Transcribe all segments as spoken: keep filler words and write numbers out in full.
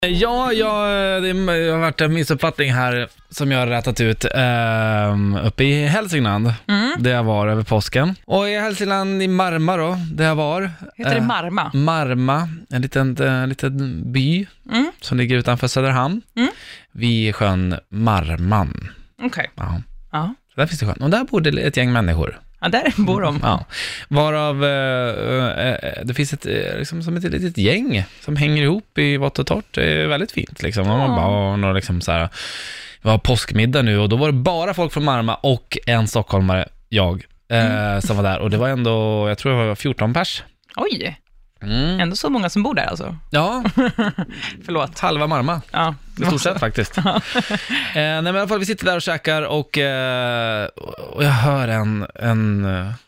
Ja, ja, det har varit en missuppfattning här som jag har rättat ut eh, uppe i Hälsingland, mm. där jag var över påsken. Och i Hälsingland i Marma då, där jag var. Heter det Marma? Eh, Marma, en liten, en liten by mm. som ligger utanför Söderhamn. Mm. Vid sjön Marman. Okej. Okay. Ja. Ja. Så där finns det sjön. Och där bor det ett gäng människor. Ja, där bor de. Ja. Varav eh, eh, det finns ett, liksom, som ett litet gäng som hänger ihop i vått och torrt. Det är väldigt fint liksom. Och man barn och liksom så här. Vi har påskmiddag nu och då var det bara folk från Marma och en stockholmare, jag, eh, mm. som var där. Och det var ändå, jag tror det var fjorton pers. Oj, mm. ändå så många som bor där alltså. Ja, förlåt. Halva Marma. Ja, i stort sett faktiskt. eh, nej, men i alla fall, vi sitter där och käkar och, eh, och jag hör en en,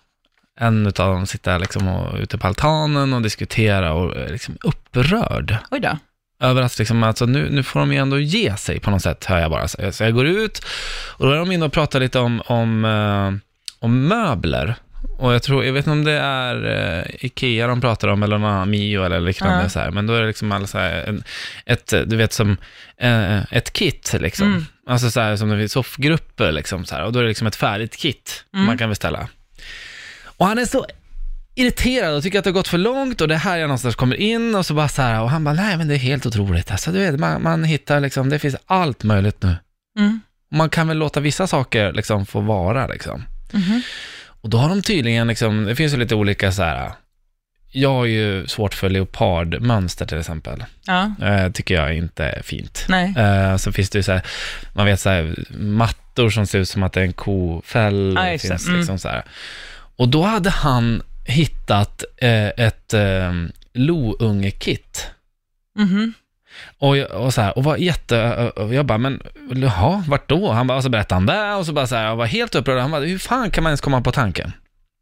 en utav dem sitta liksom och, ute på altanen och diskutera och liksom upprörd. Oj då. Över att liksom, alltså, nu, nu får de ju ändå ge sig på något sätt, hör jag bara. Så, så jag går ut och då är de inne och pratar lite om, om, uh, om möbler. Och jag tror, jag vet inte om det är uh, Ikea de pratar om eller någon Mio eller liknande. Uh-huh. Så här. Men då är det liksom alla så här, en, ett, du vet som uh, ett kit liksom. Mm. Alltså så här, som det finns soffgrupper liksom så här. Och då är det liksom ett färdigt kit mm. man kan beställa. Och han är så irriterad och tycker att det har gått för långt och det här jag någonstans kommer in och så bara så här, och han bara, nej men det är helt otroligt alltså, du vet, man, man hittar liksom, det finns allt möjligt nu mm. man kan väl låta vissa saker liksom få vara liksom mm-hmm. och då har de tydligen liksom, det finns ju lite olika så här, jag har ju svårt för leopardmönster till exempel. Ja. Eh, tycker jag inte är fint. Nej. Eh, så finns det ju så här, man vet så här, mattor som ser ut som att det är en kofäll. Ja, finns mm. liksom så här. Och då hade han hittat eh, ett eh, lounge-kit. Mhm. Och, och så här, och var jätte, och jag bara, men jaha, vart då? Han bara, och så berättade han det, och så bara så här, jag var helt upprörd. Han bara, hur fan kan man ens komma på tanken?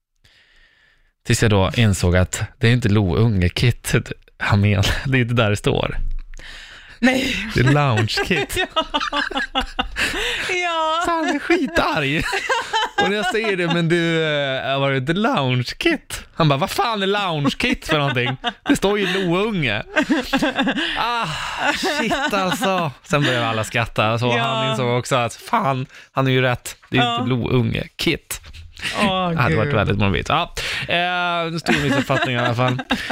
Tills jag då insåg att det är inte lounge-kit han menar, det är inte där det står. Nej. Det är lounge-kit. Ja. Ja. Så han är skitarg. Och när jag säger det, men du, var det inte lounge-kit? Han bara, vad fan är lounge-kit för någonting? Det står ju lounge. Ah, shit alltså. Sen började alla skratta. Så ja. Han insåg också att fan, han är ju rätt. Det är ja. inte lounge-kit. Oh, det hade varit väldigt morbid. Ja, eh, stor missuppfattning i alla fall.